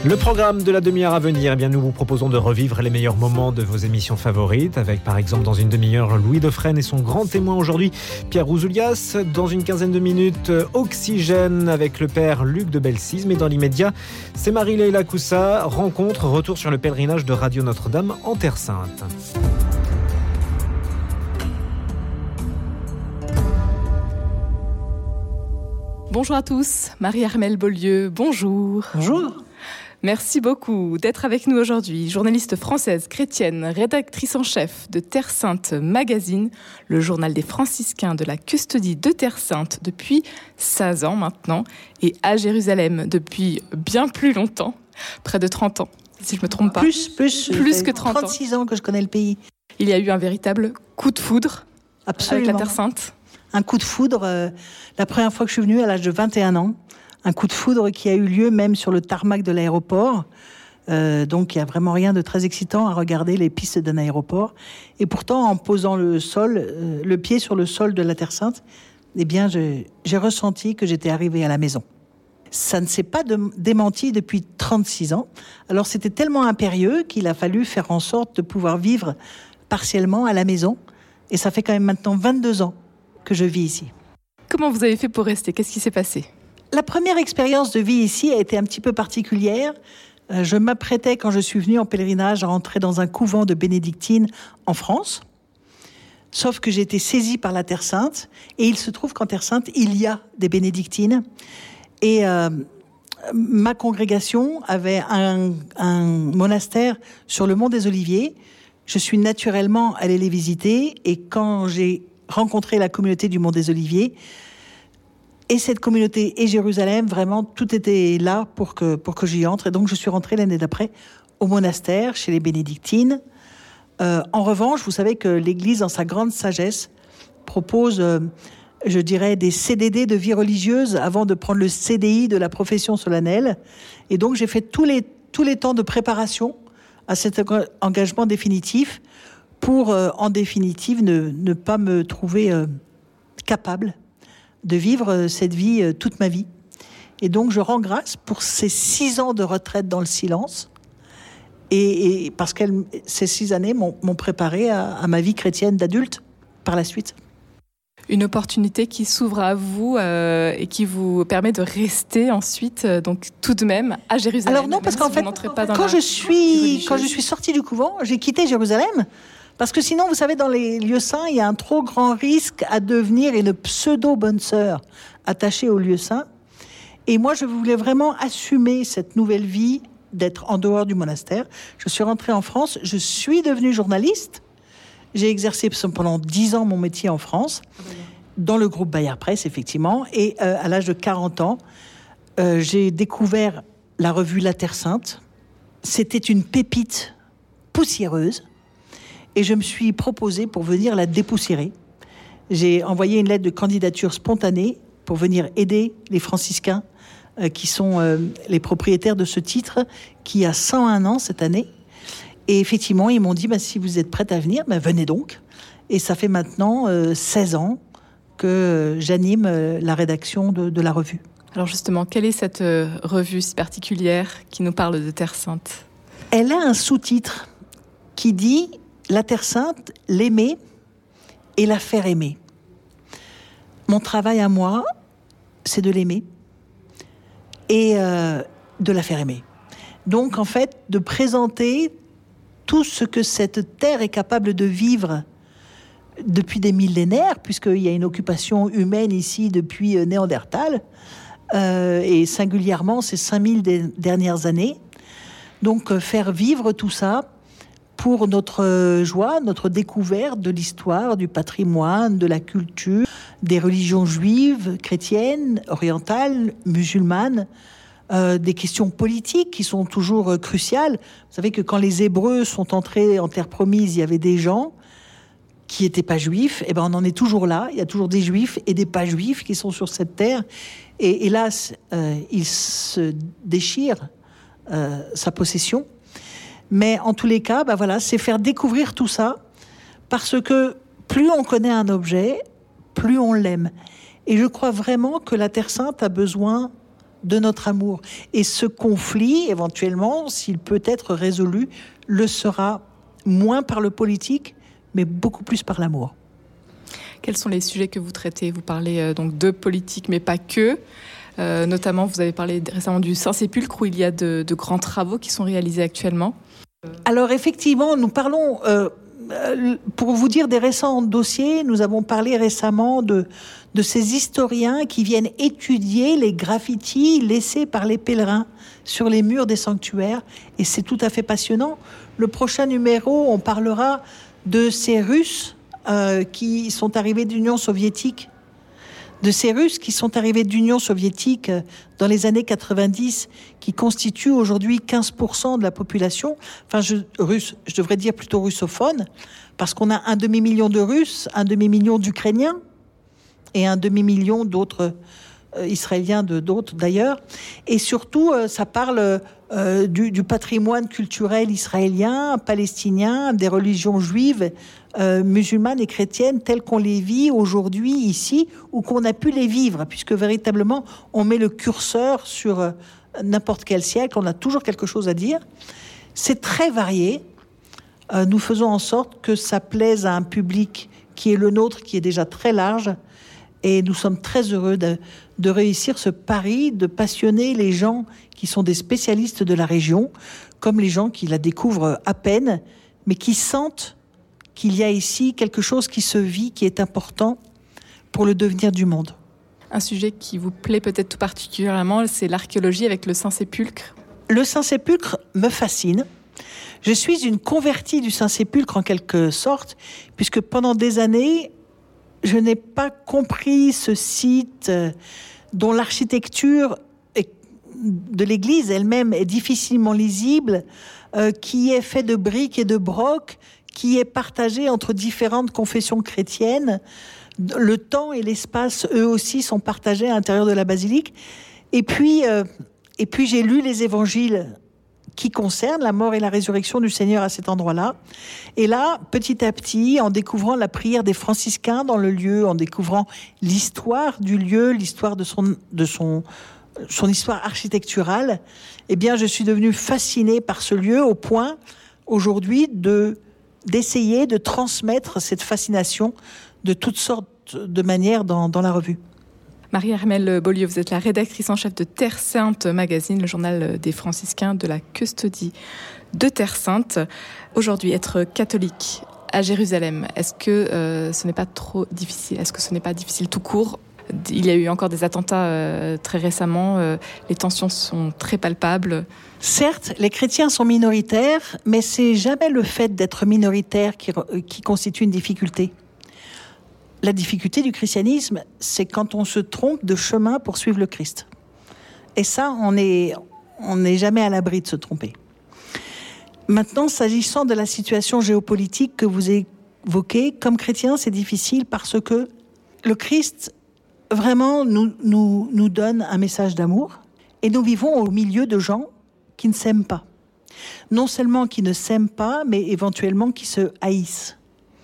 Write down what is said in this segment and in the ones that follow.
Le programme de la demi-heure à venir, eh bien, nous vous proposons de revivre les meilleurs moments de vos émissions favorites, avec par exemple dans une demi-heure Louis Dauphren et son grand témoin aujourd'hui, Pierre Ouzoulias. Dans une quinzaine de minutes, Oxygène avec le père Luc de Belsize. Mais dans l'immédiat, c'est Marie-Leila Coussa, rencontre, retour sur le pèlerinage de Radio Notre-Dame en Terre Sainte. Bonjour à tous, Marie-Armelle Beaulieu, bonjour. Bonjour. Merci beaucoup d'être avec nous aujourd'hui. Journaliste française, chrétienne, rédactrice en chef de Terre Sainte Magazine, le journal des franciscains de la custodie de Terre Sainte depuis 16 ans maintenant, et à Jérusalem depuis bien plus longtemps, près de 30 ans, si je ne me trompe pas. Plus que 30 ans. 36 ans que je connais le pays. Il y a eu un véritable coup de foudre. Absolument. Avec la Terre Sainte. Un coup de foudre, la première fois que je suis venue à l'âge de 21 ans, un coup de foudre qui a eu lieu même sur le tarmac de l'aéroport. Donc il n'y a vraiment rien de très excitant à regarder les pistes d'un aéroport. Et pourtant, en posant le pied sur le sol de la Terre Sainte, eh bien, j'ai ressenti que j'étais arrivée à la maison. Ça ne s'est pas démenti depuis 36 ans. Alors c'était tellement impérieux qu'il a fallu faire en sorte de pouvoir vivre partiellement à la maison. Et ça fait quand même maintenant 22 ans que je vis ici. Comment vous avez fait pour rester ? Qu'est-ce qui s'est passé ? La première expérience de vie ici a été un petit peu particulière. Je m'apprêtais, quand je suis venue en pèlerinage, à rentrer dans un couvent de bénédictines en France. Sauf que j'ai été saisie par la Terre Sainte. Et il se trouve qu'en Terre Sainte, il y a des bénédictines. Et ma congrégation avait un monastère sur le mont des Oliviers. Je suis naturellement allée les visiter. Et quand j'ai rencontré la communauté du mont des Oliviers, et cette communauté et Jérusalem, vraiment, tout était là pour que j'y entre. Et donc, je suis rentrée l'année d'après au monastère, chez les bénédictines. En revanche, vous savez que l'Église, dans sa grande sagesse, propose, je dirais, des CDD de vie religieuse avant de prendre le CDI de la profession solennelle. Et donc, j'ai fait tous les temps de préparation à cet engagement définitif pour, en définitive, ne pas me trouver capable de vivre cette vie toute ma vie. Et donc, je rends grâce pour ces 6 ans de retraite dans le silence, et parce que ces 6 années m'ont préparé à ma vie chrétienne d'adulte par la suite. Une opportunité qui s'ouvre à vous et qui vous permet de rester ensuite, donc tout de même, à Jérusalem. Alors non, parce qu'en fait, quand je suis sortie du couvent, j'ai quitté Jérusalem. Parce que sinon, vous savez, dans les lieux saints, il y a un trop grand risque à devenir une pseudo-bonne sœur attachée aux lieux saints. Et moi, je voulais vraiment assumer cette nouvelle vie d'être en dehors du monastère. Je suis rentrée en France, je suis devenue journaliste. J'ai exercé pendant 10 ans mon métier en France, dans le groupe Bayard Presse, effectivement. Et à l'âge de 40 ans, j'ai découvert la revue La Terre Sainte. C'était une pépite poussiéreuse. Et je me suis proposée pour venir la dépoussiérer. J'ai envoyé une lettre de candidature spontanée pour venir aider les franciscains qui sont les propriétaires de ce titre qui a 101 ans cette année. Et effectivement, ils m'ont dit, si vous êtes prête à venir, venez donc. Et ça fait maintenant 16 ans que j'anime la rédaction de la revue. Alors justement, quelle est cette revue si particulière qui nous parle de Terre Sainte ? Elle a un sous-titre qui dit « La Terre Sainte, l'aimer et la faire aimer ». Mon travail à moi, c'est de l'aimer et de la faire aimer. Donc, en fait, de présenter tout ce que cette terre est capable de vivre depuis des millénaires, puisqu'il y a une occupation humaine ici depuis Néandertal, et singulièrement ces 5000 dernières années. Donc, faire vivre tout ça pour notre joie, notre découverte de l'histoire, du patrimoine, de la culture, des religions juives, chrétiennes, orientales, musulmanes, des questions politiques qui sont toujours cruciales. Vous savez que quand les Hébreux sont entrés en terre promise, il y avait des gens qui n'étaient pas juifs. Et on en est toujours là. Il y a toujours des juifs et des pas juifs qui sont sur cette terre. Et hélas, ils se déchirent sa possession. Mais en tous les cas, c'est faire découvrir tout ça, parce que plus on connaît un objet, plus on l'aime. Et je crois vraiment que la Terre Sainte a besoin de notre amour. Et ce conflit, éventuellement, s'il peut être résolu, le sera moins par le politique, mais beaucoup plus par l'amour. Quels sont les sujets que vous traitez ? Vous parlez donc de politique, mais pas que. Notamment, vous avez parlé récemment du Saint-Sépulcre, où il y a de grands travaux qui sont réalisés actuellement. Alors effectivement, nous parlons, pour vous dire des récents dossiers, nous avons parlé récemment de ces historiens qui viennent étudier les graffitis laissés par les pèlerins sur les murs des sanctuaires, et c'est tout à fait passionnant. Le prochain numéro, on parlera de ces Russes qui sont arrivés d'Union soviétique, dans les années 90, qui constituent aujourd'hui 15% de la population. Enfin, je devrais dire plutôt russophone, parce qu'on a un demi-million de Russes, un demi-million d'Ukrainiens, et un demi-million d'autres Israéliens, d'autres d'ailleurs. Et surtout, ça parle du patrimoine culturel israélien, palestinien, des religions juives, musulmanes et chrétiennes telles qu'on les vit aujourd'hui ici, ou qu'on a pu les vivre, puisque véritablement on met le curseur sur n'importe quel siècle, on a toujours quelque chose à dire. C'est très varié. Nous faisons en sorte que ça plaise à un public qui est le nôtre, qui est déjà très large, et nous sommes très heureux de réussir ce pari, de passionner les gens qui sont des spécialistes de la région, comme les gens qui la découvrent à peine, mais qui sentent qu'il y a ici quelque chose qui se vit, qui est important pour le devenir du monde. Un sujet qui vous plaît peut-être tout particulièrement, c'est l'archéologie avec le Saint-Sépulcre. Le Saint-Sépulcre me fascine. Je suis une convertie du Saint-Sépulcre en quelque sorte, puisque pendant des années, je n'ai pas compris ce site dont l'architecture de l'église elle-même est difficilement lisible, qui est fait de briques et de brocs, qui est partagé entre différentes confessions chrétiennes. Le temps et l'espace, eux aussi, sont partagés à l'intérieur de la basilique. Et puis j'ai lu les évangiles qui concernent la mort et la résurrection du Seigneur à cet endroit-là. Et là, petit à petit, en découvrant la prière des franciscains dans le lieu, en découvrant l'histoire du lieu, l'histoire de son histoire architecturale, eh bien, je suis devenue fascinée par ce lieu au point, aujourd'hui, d'essayer de transmettre cette fascination de toutes sortes de manières dans la revue. Marie-Armelle Beaulieu, vous êtes la rédactrice en chef de Terre Sainte Magazine, le journal des franciscains de la custodie de Terre Sainte. Aujourd'hui, être catholique à Jérusalem, est-ce que ce n'est pas trop difficile ? Est-ce que ce n'est pas difficile tout court ? Il y a eu encore des attentats très récemment, les tensions sont très palpables. Certes, les chrétiens sont minoritaires, mais c'est jamais le fait d'être minoritaire qui constitue une difficulté. La difficulté du christianisme, c'est quand on se trompe de chemin pour suivre le Christ. Et ça, on n'est jamais à l'abri de se tromper. Maintenant, s'agissant de la situation géopolitique que vous évoquez, comme chrétien, c'est difficile parce que le Christ vraiment nous donne un message d'amour, et nous vivons au milieu de gens qui ne s'aiment pas. Non seulement qui ne s'aiment pas, mais éventuellement qui se haïssent.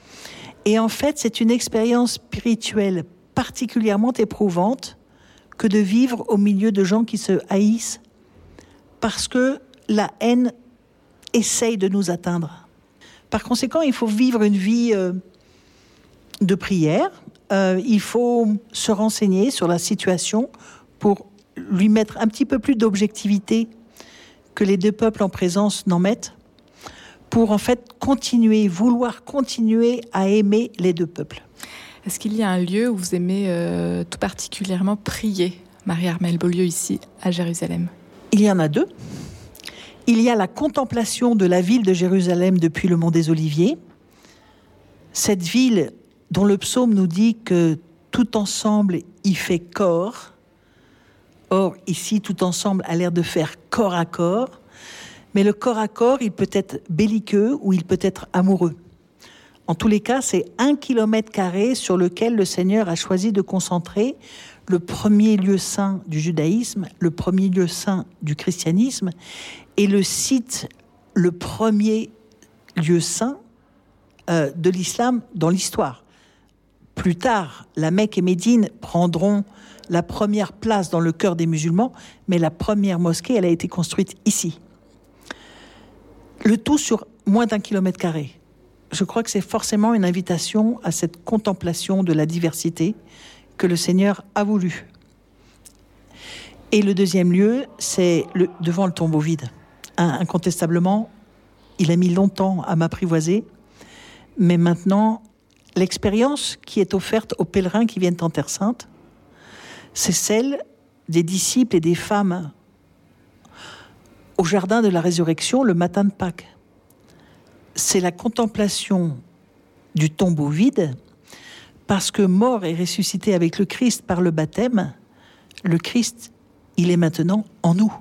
Et en fait, c'est une expérience spirituelle particulièrement éprouvante que de vivre au milieu de gens qui se haïssent parce que la haine essaye de nous atteindre. Par conséquent, il faut vivre une vie de prière. Il faut se renseigner sur la situation pour lui mettre un petit peu plus d'objectivité que les deux peuples en présence n'en mettent, pour en fait vouloir continuer à aimer les deux peuples. Est-ce qu'il y a un lieu où vous aimez tout particulièrement prier, Marie-Armelle Beaulieu, ici à Jérusalem ? Il y en a deux. Il y a la contemplation de la ville de Jérusalem depuis le mont des Oliviers. Cette ville dont le psaume nous dit que tout ensemble y fait corps. Or, ici, tout ensemble a l'air de faire corps à corps. Mais le corps à corps, il peut être belliqueux ou il peut être amoureux. En tous les cas, c'est 1 km² sur lequel le Seigneur a choisi de concentrer le premier lieu saint du judaïsme, le premier lieu saint du christianisme, et le site, le premier lieu saint de l'islam dans l'histoire. Plus tard, la Mecque et Médine prendront la première place dans le cœur des musulmans, mais la première mosquée, elle a été construite ici. Le tout sur moins d'1 km². Je crois que c'est forcément une invitation à cette contemplation de la diversité que le Seigneur a voulu. Et le deuxième lieu, c'est devant le tombeau vide. Incontestablement, il a mis longtemps à m'apprivoiser, mais maintenant, l'expérience qui est offerte aux pèlerins qui viennent en Terre Sainte, c'est celle des disciples et des femmes au jardin de la résurrection le matin de Pâques. C'est la contemplation du tombeau vide, parce que mort et ressuscité avec le Christ par le baptême, le Christ, il est maintenant en nous.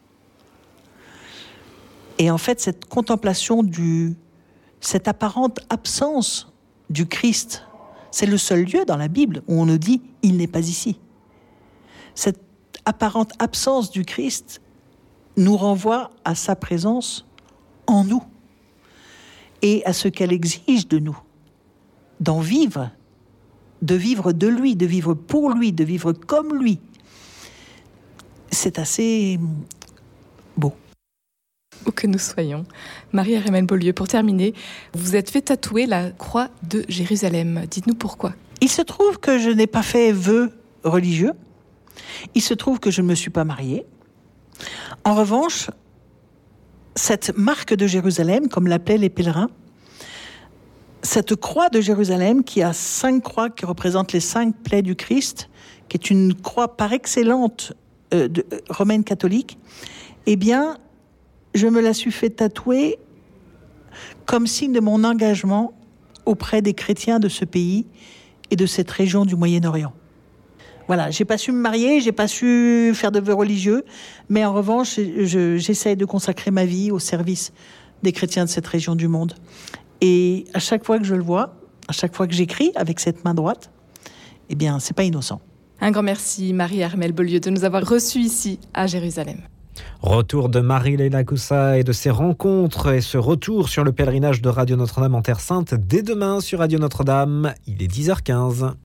Et en fait, cette contemplation cette apparente absence du Christ, c'est le seul lieu dans la Bible où on nous dit « il n'est pas ici ». Cette apparente absence du Christ nous renvoie à sa présence en nous et à ce qu'elle exige de nous, d'en vivre, de vivre de lui, de vivre pour lui, de vivre comme lui. C'est assez beau. Où que nous soyons. Marie-Armelle Beaulieu, pour terminer, vous êtes fait tatouer la croix de Jérusalem. Dites-nous pourquoi. Il se trouve que je n'ai pas fait vœu religieux. Il se trouve que je ne me suis pas mariée. En revanche, cette marque de Jérusalem, comme l'appelaient les pèlerins, cette croix de Jérusalem qui a 5 croix qui représentent les 5 plaies du Christ, qui est une croix par excellente romaine catholique, eh bien, je me la suis fait tatouer comme signe de mon engagement auprès des chrétiens de ce pays et de cette région du Moyen-Orient. Voilà, j'ai pas su me marier, j'ai pas su faire de vœux religieux, mais en revanche, j'essaie de consacrer ma vie au service des chrétiens de cette région du monde. Et à chaque fois que je le vois, à chaque fois que j'écris avec cette main droite, eh bien, c'est pas innocent. Un grand merci, Marie-Armelle Beaulieu, de nous avoir reçus ici à Jérusalem. Retour de Marie-Leila Coussa et de ses rencontres et ce retour sur le pèlerinage de Radio Notre-Dame en Terre Sainte dès demain sur Radio Notre-Dame. Il est 10h15.